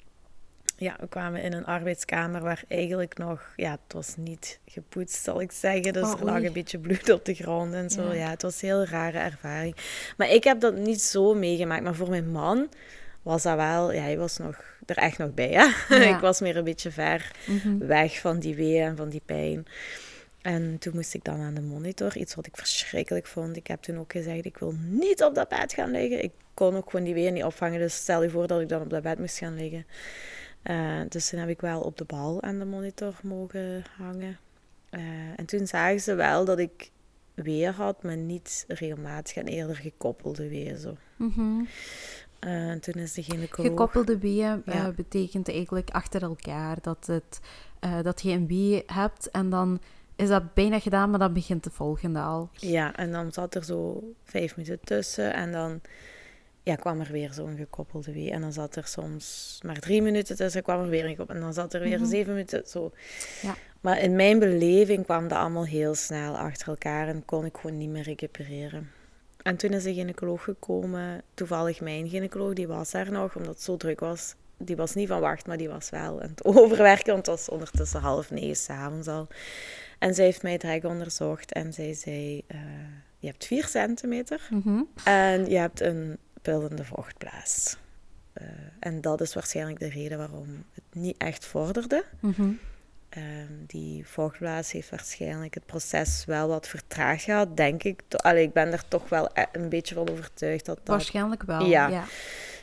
Ja, we kwamen in een arbeidskamer waar eigenlijk nog... Ja, het was niet gepoetst, zal ik zeggen. Dus oh, er lag een beetje bloed op de grond en zo. Ja. ja, het was een heel rare ervaring. Maar ik heb dat niet zo meegemaakt. Maar voor mijn man was dat wel... Ja, hij was nog, er echt nog bij, hè. Ja. Ik was meer een beetje ver mm-hmm. weg van die weeën en van die pijn. En toen moest ik dan aan de monitor, iets wat ik verschrikkelijk vond. Ik heb toen ook gezegd, ik wil niet op dat bed gaan liggen. Ik kon ook gewoon die weeën niet opvangen, dus stel je voor dat ik dan op dat bed moest gaan liggen. Uh, dus toen heb ik wel op de bal aan de monitor mogen hangen. Uh, en toen zagen ze wel dat ik weeën had, maar niet regelmatig en eerder gekoppelde weeën. Zo. Mm-hmm. Uh, en toen is de gynaecoloog... Gekoppelde weeën uh, ja. betekent eigenlijk achter elkaar dat, het, uh, dat je een wee hebt en dan... is dat bijna gedaan, maar dan begint de volgende al. Ja, en dan zat er zo vijf minuten tussen en dan ja, kwam er weer zo'n gekoppelde wee. En dan zat er soms maar drie minuten tussen, kwam er weer een gekoppelde. En dan zat er weer mm-hmm. zeven minuten, zo. Ja. Maar in mijn beleving kwam dat allemaal heel snel achter elkaar en kon ik gewoon niet meer recupereren. En toen is de gynaecoloog gekomen, toevallig mijn gynaecoloog, die was daar nog, omdat het zo druk was. Die was niet van wacht, maar die was wel aan het overwerken, want het was ondertussen half negen 's avonds al. En zij heeft mij direct onderzocht en zij zei, uh, je hebt vier centimeter mm-hmm. en je hebt een pullende vochtblaas. Uh, en dat is waarschijnlijk de reden waarom het niet echt vorderde. Mm-hmm. Uh, die vochtblaas heeft waarschijnlijk het proces wel wat vertraagd gehad, denk ik. Allee, ik ben er toch wel een beetje van overtuigd dat dat... Waarschijnlijk wel, ja. ja.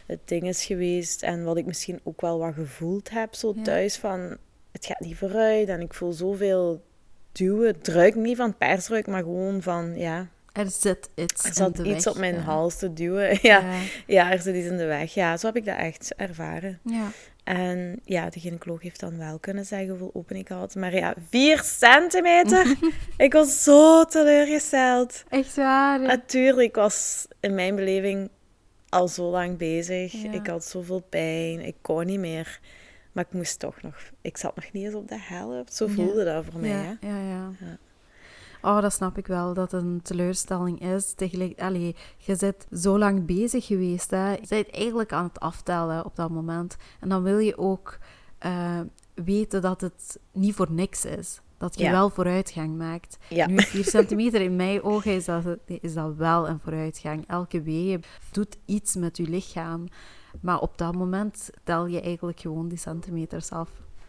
het ding is geweest. En wat ik misschien ook wel wat gevoeld heb zo Ja. thuis van, het gaat niet vooruit. En ik voel zoveel duwen, druk, niet van persdruk, maar gewoon van, ja... Er zit iets Er zat in de iets weg, op mijn ja. hals te duwen. Ja. Ja. ja, er zit iets in de weg. Ja, zo heb ik dat echt ervaren. Ja. En ja, de gynaecoloog heeft dan wel kunnen zeggen hoeveel opening ik had. Maar ja, vier centimeter. Ik was zo teleurgesteld. Echt waar? Natuurlijk, ik was in mijn beleving al zo lang bezig. Ja. Ik had zoveel pijn. Ik kon niet meer. Maar ik moest toch nog... Ik zat nog niet eens op de helft. Zo voelde dat voor mij, ja, hè. Ja, ja. Ja. Oh, dat snap ik wel, dat het een teleurstelling is. Tegelijk, allee, je bent zo lang bezig geweest, hè. Je bent eigenlijk aan het aftellen op dat moment. En dan wil je ook uh, weten dat het niet voor niks is. Dat je Ja. wel vooruitgang maakt. Ja. Nu, vier centimeter in mijn ogen is dat, is dat wel een vooruitgang. Elke week doet iets met je lichaam. Maar op dat moment tel je eigenlijk gewoon die centimeters af.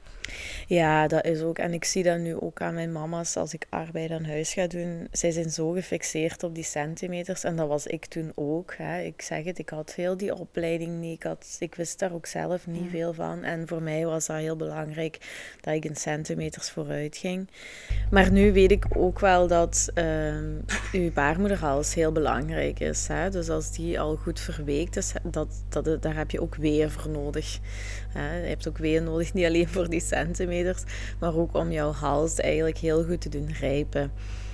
Ja, dat is ook. En ik zie dat nu ook aan mijn mama's als ik arbeid aan huis ga doen. Zij zijn zo gefixeerd op die centimeters. En dat was ik toen ook. Hè. Ik zeg het, ik had heel die opleiding niet. Ik, had, ik wist daar ook zelf niet Ja. veel van. En voor mij was dat heel belangrijk dat ik in centimeters vooruit ging. Maar nu weet ik ook wel dat um, uw baarmoederhals heel belangrijk is. Hè. Dus als die al goed verweekt is, dat, dat, daar heb je ook weeën voor nodig. Hè. Je hebt ook weeën nodig, niet alleen voor die centimeters, maar ook om jouw hals eigenlijk heel goed te doen rijpen.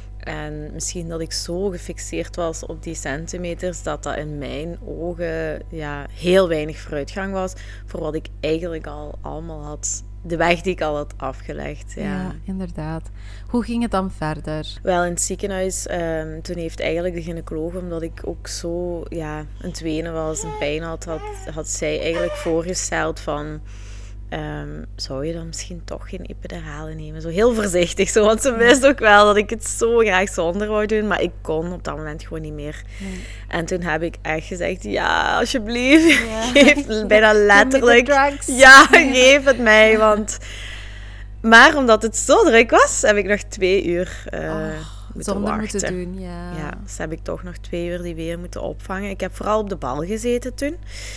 En misschien dat ik zo gefixeerd was op die centimeters, dat dat in mijn ogen ja, heel weinig vooruitgang was voor wat ik eigenlijk al allemaal had, de weg die ik al had afgelegd. Ja, Ja, inderdaad. Hoe ging het dan verder? Wel, in het ziekenhuis, um, toen heeft eigenlijk de gynaecoloog, omdat ik ook zo ja, aan het wenen was en pijn had, had, had zij eigenlijk voorgesteld van... Um, zou je dan misschien toch geen epidurale nemen? Zo heel voorzichtig, zo, want ze wist ook wel dat ik het zo graag zonder wou doen, maar ik kon op dat moment gewoon niet meer. Nee. En toen heb ik echt gezegd, ja, alsjeblieft, ja. geef bijna letterlijk, ja, geef het mij, want... Maar omdat het zo druk was, heb ik nog twee uur uh, oh, moeten zonder wachten. moeten doen, ja. Ja, dus heb ik toch nog twee uur die weer moeten opvangen. Ik heb vooral op de bal gezeten toen.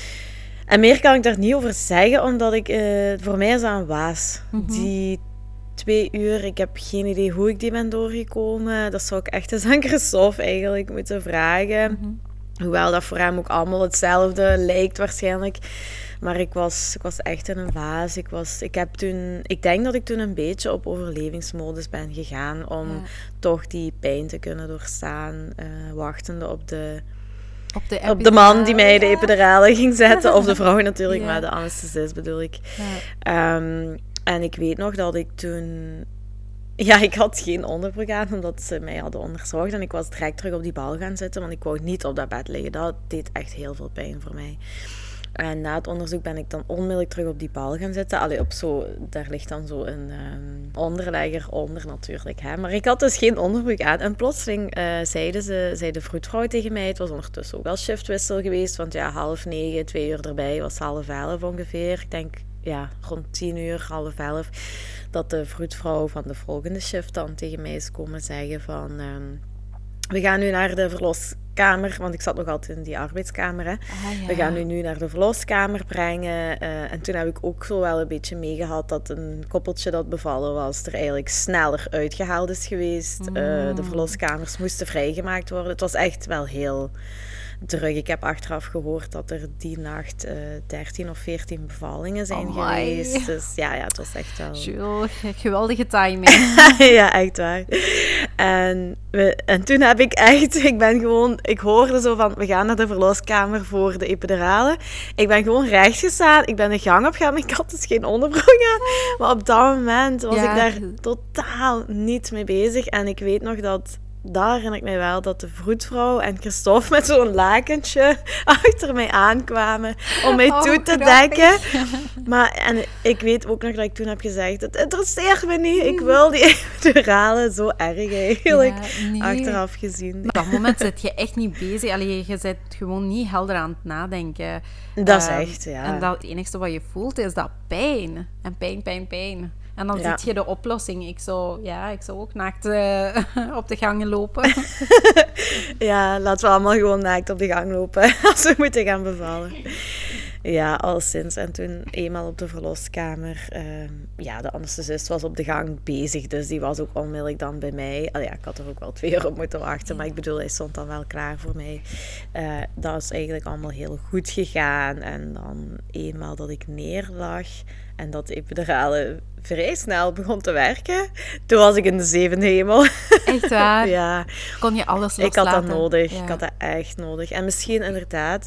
En meer kan ik daar niet over zeggen, omdat ik... Uh, voor mij is dat een waas. Mm-hmm. Die twee uur, ik heb geen idee hoe ik die ben doorgekomen. Dat zou ik echt eens aan Christophe eigenlijk moeten vragen. Mm-hmm. Hoewel dat voor hem ook allemaal hetzelfde lijkt waarschijnlijk. Maar ik was, ik was echt in een waas. Ik, was, ik, heb toen, ik denk dat ik toen een beetje op overlevingsmodus ben gegaan om ja. toch die pijn te kunnen doorstaan. Uh, wachtende op de... Op de, op de man die mij de epidurale ging zetten. Of de vrouw natuurlijk, ja. maar de anesthesist bedoel ik. Ja. Um, en ik weet nog dat ik toen... Ja, ik had geen onderbroek aan, omdat ze mij hadden onderzocht. En ik was direct terug op die bal gaan zitten, want ik wou niet op dat bed liggen. Dat deed echt heel veel pijn voor mij. En na het onderzoek ben ik dan onmiddellijk terug op die bal gaan zitten. Allee, op zo, daar ligt dan zo een um, onderlegger onder natuurlijk. Hè. Maar ik had dus geen onderbroek aan. En plotseling uh, zeiden ze, zei de vroedvrouw tegen mij, het was ondertussen ook wel shiftwissel geweest, want ja, half negen, twee uur erbij, was half elf ongeveer. Ik denk, ja, rond tien uur, half elf, dat de vroedvrouw van de volgende shift dan tegen mij is komen zeggen van... Um, we gaan nu naar de verloskamer, want ik zat nog altijd in die arbeidskamer. Hè. Ah, ja. We gaan u nu naar de verloskamer brengen. Uh, en toen heb ik ook zo wel een beetje meegehad dat een koppeltje dat bevallen was er eigenlijk sneller uitgehaald is geweest. Mm. Uh, de verloskamers moesten vrijgemaakt worden. Het was echt wel heel druk. Ik heb achteraf gehoord dat er die nacht uh, dertien of veertien bevallingen zijn oh geweest. Dus ja, ja, het was echt wel... Jules, geweldige timing. Ja, echt waar. En, we, en toen heb ik echt... Ik ben gewoon... Ik hoorde zo van... We gaan naar de verloskamer voor de epidurale. Ik ben gewoon recht gestaan. Ik ben de gang opgegaan. Ik had dus geen onderbroek aan. Maar op dat moment was ja. ik daar totaal niet mee bezig. En ik weet nog dat... Daar herinner ik mij wel dat de vroedvrouw en Christophe met zo'n lakentje achter mij aankwamen om mij oh, toe te grappig. dekken. Maar en ik weet ook nog dat ik toen heb gezegd, het interesseert me niet, ik wil die epidurale zo erg eigenlijk, ja, nee. achteraf gezien. Maar op dat moment zit je echt niet bezig, allee, je bent gewoon niet helder aan het nadenken. Dat is um, echt, ja. En dat, het enige wat je voelt is dat pijn. En pijn, pijn, pijn. En dan ja. zie je de oplossing. Ik zou, ja, ik zou ook naakt uh, op de gangen lopen. Ja, laten we allemaal gewoon naakt op de gang lopen als we moeten gaan bevallen. Ja, al sinds. En toen eenmaal op de verloskamer, uh, ja, de anesthesist was op de gang bezig, dus die was ook onmiddellijk dan bij mij. Allee, ja, ik had er ook wel twee uur op moeten wachten, maar ik bedoel, hij stond dan wel klaar voor mij. Uh, dat is eigenlijk allemaal heel goed gegaan. En dan eenmaal dat ik neerlag en dat de epidurale vrij snel begon te werken, toen was ik in de zevende hemel. Echt waar? Ja. Kon je alles loslaten? Ik had dat nodig. Ja. Ik had dat echt nodig. En misschien inderdaad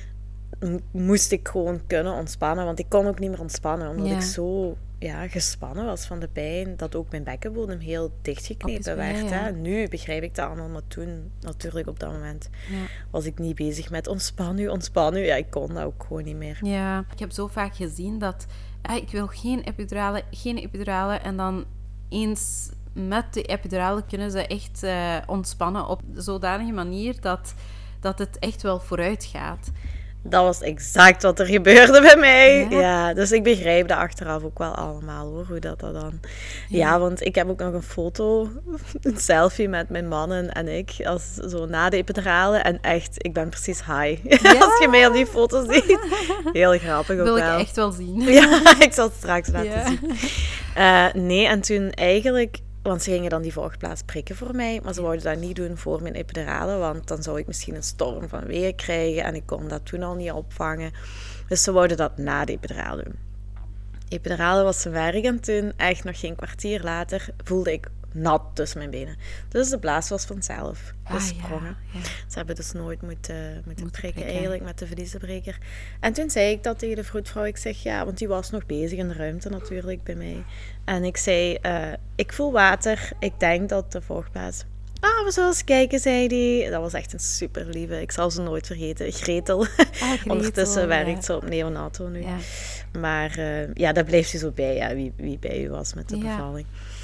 moest ik gewoon kunnen ontspannen, want ik kon ook niet meer ontspannen, omdat ja. ik zo ja, gespannen was van de pijn, dat ook mijn bekkenbodem heel dichtgeknepen werd. Ja. Hè. Nu begrijp ik dat allemaal, maar toen, natuurlijk op dat moment, ja. was ik niet bezig met ontspan nu, ontspan nu. Ja, ik kon dat ook gewoon niet meer. Ja, ik heb zo vaak gezien dat, ja, ik wil geen epidurale, geen epidurale, en dan eens met de epidurale kunnen ze echt uh, ontspannen op zodanige manier dat, dat het echt wel vooruit gaat. Dat was exact wat er gebeurde bij mij. Ja. ja, dus ik begrijp dat achteraf ook wel allemaal, hoor, hoe dat, dat dan... Ja. ja, want ik heb ook nog een foto, een selfie met mijn mannen en ik, als, zo na de epidurale. En echt, ik ben precies high. Ja. Als je mij op die foto ziet. Heel grappig ook wil wel. Wil ik echt wel zien. Ja, ik zal het straks laten ja. zien. Uh, nee, en toen eigenlijk... Want ze gingen dan die volgplaats prikken voor mij, maar ze wouden dat niet doen voor mijn epidurale, want dan zou ik misschien een storm van weeën krijgen en ik kon dat toen al niet opvangen. Dus ze wouden dat na de epidurale doen. Epidurale was zijn werk en toen, echt nog geen kwartier later, voelde ik nat tussen mijn benen. Dus de blaas was vanzelf gesprongen. Ah, ja, ja. Ze hebben dus nooit moeten, moeten Moet prikken, prikken eigenlijk, met de vliezenbreker. En toen zei ik dat tegen de vroedvrouw. Ik zeg, ja, want die was nog bezig in de ruimte natuurlijk bij mij. En ik zei, uh, ik voel water. Ik denk dat de volgplaats... Ah, we zullen eens kijken, zei die. Dat was echt een super lieve. Ik zal ze nooit vergeten. Gretel. Ah, Gretel Ondertussen ja. werkt ze op neonato nu. Ja. Maar uh, ja, daar blijft ze zo bij, ja, wie, wie bij u was met de ja. bevalling.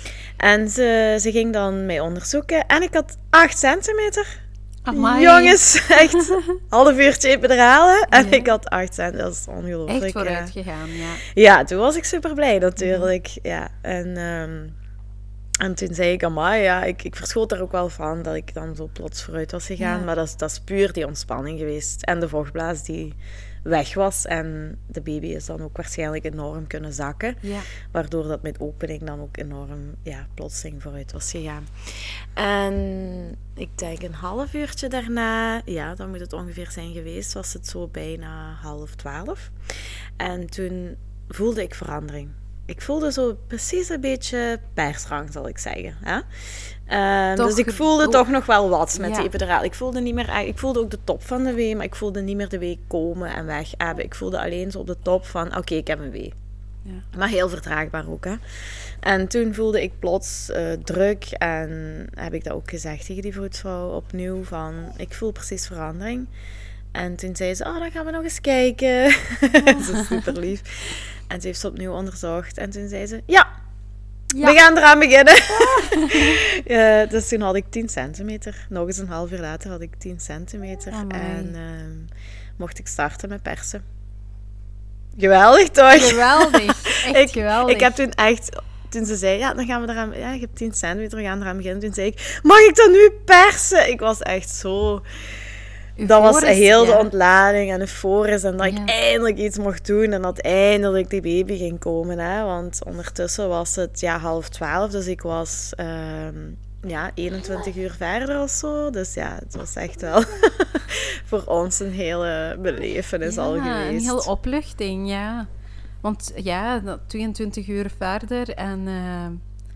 En ze, ze ging dan mij onderzoeken. En ik had acht centimeter. Amai. Jongens, echt half uurtje epidurale. En ja. ik had acht centimeter. Dat is ongelooflijk. Echt vooruit ja. gegaan, ja. Ja, toen was ik super blij natuurlijk. Ja. ja. En, um, en toen zei ik, amai, ja, ik, ik verschoot er ook wel van dat ik dan zo plots vooruit was gegaan. Ja. Maar dat is, dat is puur die ontspanning geweest. En de vochtblaas die weg was. En de baby is dan ook waarschijnlijk enorm kunnen zakken. Ja. Waardoor dat met opening dan ook enorm, ja, plotseling vooruit was gegaan. En ik denk een half uurtje daarna, ja, dan moet het ongeveer zijn geweest, was het zo bijna half twaalf. En toen voelde ik verandering. Ik voelde zo precies een beetje persdrang, zal ik zeggen. Hè? Uh, dus ik voelde ge- toch nog wel wat met ja. de epiduraal. Ik voelde niet meer, ik voelde ook de top van de wee, maar ik voelde niet meer de wee komen en weg hebben. Ik voelde alleen zo op de top van, oké, okay, ik heb een wee. Ja. Maar heel verdraagbaar ook, hè. En toen voelde ik plots uh, druk en heb ik dat ook gezegd tegen die vroedvrouw opnieuw van, ik voel precies verandering. En toen zei ze, oh, dan gaan we nog eens kijken. Dat is super lief. En ze heeft ze opnieuw onderzocht. En toen zei ze, ja, ja. we gaan eraan beginnen. uh, dus toen had ik tien centimeter. Nog eens een half uur later had ik tien centimeter. Amai. En uh, mocht ik starten met persen. Geweldig, toch? Geweldig, echt ik, geweldig. Ik heb toen echt... Toen ze zei, ja, dan gaan we eraan... Ja, je hebt tien centimeter, we gaan eraan beginnen. Toen zei ik, mag ik dan nu persen? Ik was echt zo... Dat was heel ja. de ontlading en euforisch. En dat ja. ik eindelijk iets mocht doen. En dat eindelijk die baby ging komen. Hè? Want ondertussen was het ja, half twaalf. Dus ik was um, ja, eenentwintig uur verder of zo. Dus ja, het was echt wel voor ons een hele belevenis ja, al geweest. Een hele opluchting, ja. Want ja, tweeëntwintig uur verder. En... Uh...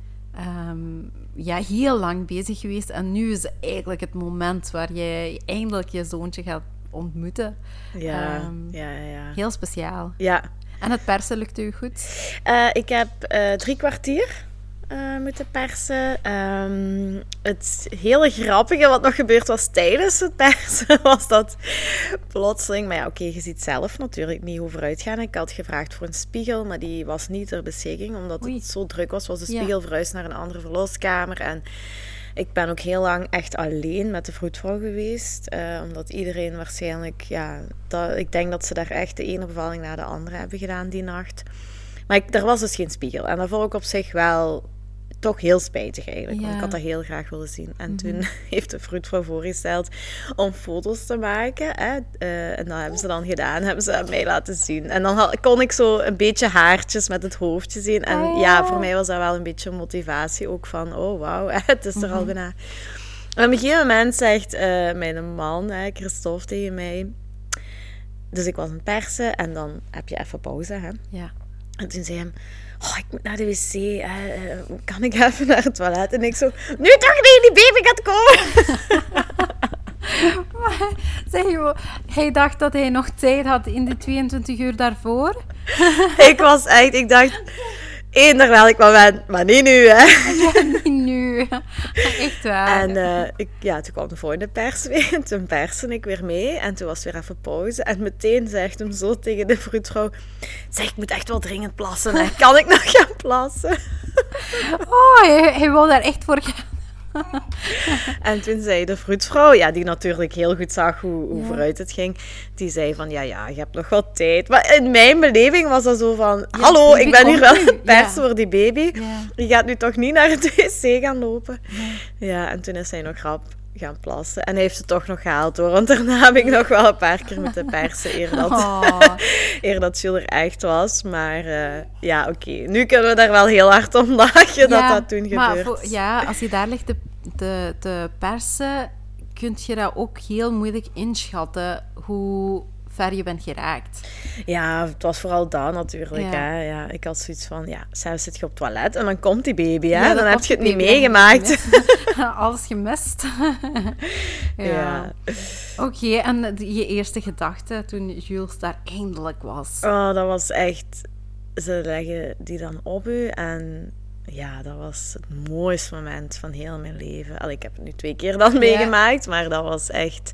Um, ja, heel lang bezig geweest. En nu is eigenlijk het moment waar jij eindelijk je zoontje gaat ontmoeten. Ja, um, ja, ja. Heel speciaal. Ja. En het persen lukte u goed? Uh, ik heb uh, drie kwartier uh, moeten persen. Um, het hele grappige wat nog gebeurd was tijdens het persen, was dat plotseling... Maar ja, oké, okay, je ziet zelf natuurlijk niet hoe vooruit gaan. Ik had gevraagd voor een spiegel, maar die was niet ter beschikking. Omdat Oei. het zo druk was, was de spiegel ja. verhuisd naar een andere verloskamer. En ik ben ook heel lang echt alleen met de vroedvrouw geweest. Uh, omdat iedereen waarschijnlijk... Ja, dat, ik denk dat ze daar echt de ene bevalling na de andere hebben gedaan die nacht. Maar ik, er was dus geen spiegel. En dat vond ik op zich wel... toch heel spijtig eigenlijk, Ja. want ik had dat heel graag willen zien. En Mm-hmm. toen heeft de vroedvrouw voorgesteld om foto's te maken. Hè? Uh, en dat hebben ze dan gedaan, hebben ze aan mij laten zien. En dan had, kon ik zo een beetje haartjes met het hoofdje zien. En Ah, ja. ja, voor mij was dat wel een beetje motivatie ook van, oh wauw, het is er Mm-hmm. al bijna. En op een gegeven moment zegt uh, mijn man, hè, Christophe, tegen mij... Dus ik was aan het persen en dan heb je even pauze, hè. Ja. En toen zei hij... Oh, ik moet naar de wc. Uh, kan ik even naar het toilet? En ik zo... Nu toch niet, die baby gaat komen. Maar, zeg je, hij dacht dat hij nog tijd had in die tweeëntwintig uur daarvoor. Ik was echt... Ik dacht... Eender welk moment, maar niet nu, hè. Ja, niet nu. Echt waar. En uh, ik, ja, toen kwam de volgende pers weer. En toen perste ik weer mee. En toen was weer even pauze. En meteen zegt hem zo tegen de vroedvrouw... Zeg, ik moet echt wel dringend plassen, hè. Kan ik nog gaan plassen? Oh, hij, hij wou daar echt voor gaan. En toen zei de vroedvrouw, ja, die natuurlijk heel goed zag hoe, hoe ja. vooruit het ging, die zei van, ja, ja, je hebt nog wat tijd. Maar in mijn beleving was dat zo van, ja, hallo, ik ben hier wel nu. een pers Ja. voor die baby. Ja. Je gaat nu toch niet naar het wc gaan lopen? Nee. Ja, en toen is hij nog rap gaan plassen. En hij heeft het toch nog gehaald, hoor. Want daarna heb ik nog wel een paar keer moeten persen, eer dat, Oh. eer dat Jules er echt was. Maar uh, ja, oké. Okay. Nu kunnen we daar wel heel hard om lachen dat Ja, dat toen maar gebeurt. voor, ja, als je daar ligt te, te, te persen, kun je dat ook heel moeilijk inschatten hoe ver je bent geraakt. Ja, het was vooral dat natuurlijk. Ja. Hè. Ja, ik had zoiets van, ja, zelfs zit je op het toilet en dan komt die baby. Hè. Ja, dan heb je het niet baby, meegemaakt. Alles gemist. Ja. Ja. Oké, okay, en je eerste gedachte toen Jules daar eindelijk was? Oh, dat was echt... Ze leggen die dan op u en... Ja, dat was het mooiste moment van heel mijn leven. Allee, ik heb het nu twee keer dan meegemaakt, ja. Maar dat was echt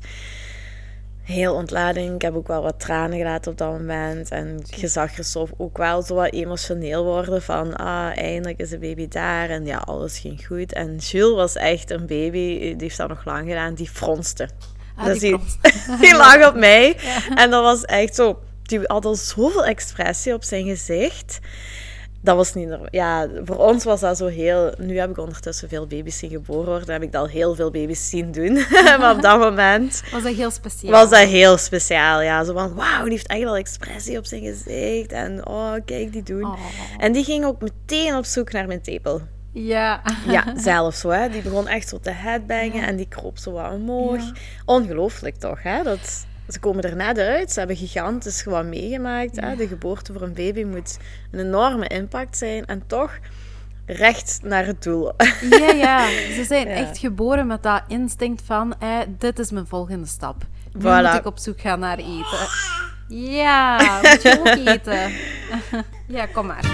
heel ontlading. Ik heb ook wel wat tranen gelaten op dat moment. En je zag Christophe ook wel zo wat emotioneel worden van, ah, eindelijk is de baby daar. En ja, alles ging goed. En Jules was echt een baby, die heeft dat nog lang gedaan, die fronste. Ah, dus die, die, die lag op mij. Ja. En dat was echt zo, die had al zoveel expressie op zijn gezicht. Dat was niet... Ja, voor ons was dat zo heel... Nu heb ik ondertussen veel baby's zien geboren worden. Heb ik al heel veel baby's zien doen. Maar op dat moment... Was dat heel speciaal? Was dat heel speciaal, ja. Zo van, wauw, die heeft echt wel expressie op zijn gezicht. En oh, kijk die doen. Oh. En die ging ook meteen op zoek naar mijn tepel. Ja. Ja, zelf zo, hè. Die begon echt zo te headbangen. Ja. En die kroop zo wat omhoog. Ja. Ongelooflijk toch, hè. Dat... Ze komen er net uit, ze hebben gigantisch gewoon meegemaakt. Ja. Hè? De geboorte voor een baby moet een enorme impact zijn. En toch recht naar het doel. Ja, ja. Ze zijn ja. echt geboren met dat instinct van... Eh, dit is mijn volgende stap. Nu voilà. moet ik op zoek gaan naar eten. Ja, moet je ook eten. Ja, kom maar.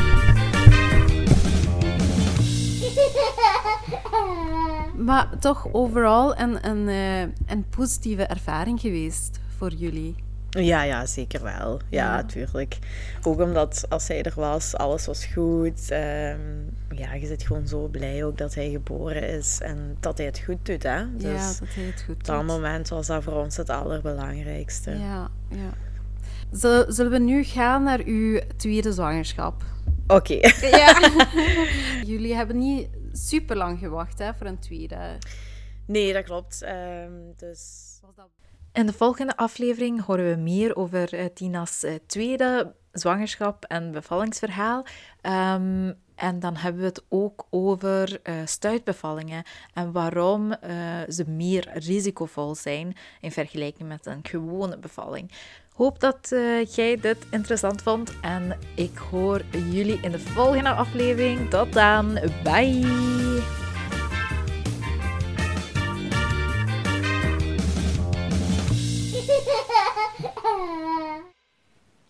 Maar toch overal een, een, een positieve ervaring geweest voor jullie. Ja, ja, zeker wel. Ja, natuurlijk. Ja. Ook omdat als hij er was, alles was goed. Um, ja, je zit gewoon zo blij ook dat hij geboren is en dat hij het goed doet, hè. Dus ja, dat hij het goed doet. Op dat moment was dat voor ons het allerbelangrijkste. Ja, ja. Zullen we nu gaan naar uw tweede zwangerschap? Oké. Okay. Ja. Jullie hebben niet super lang gewacht, hè, voor een tweede. Nee, dat klopt. Um, dus... In de volgende aflevering horen we meer over uh, Tina's uh, tweede zwangerschap en bevallingsverhaal. Um, en dan hebben we het ook over uh, stuitbevallingen en waarom uh, ze meer risicovol zijn in vergelijking met een gewone bevalling. Hoop dat uh, jij dit interessant vond en ik hoor jullie in de volgende aflevering. Tot dan, bye!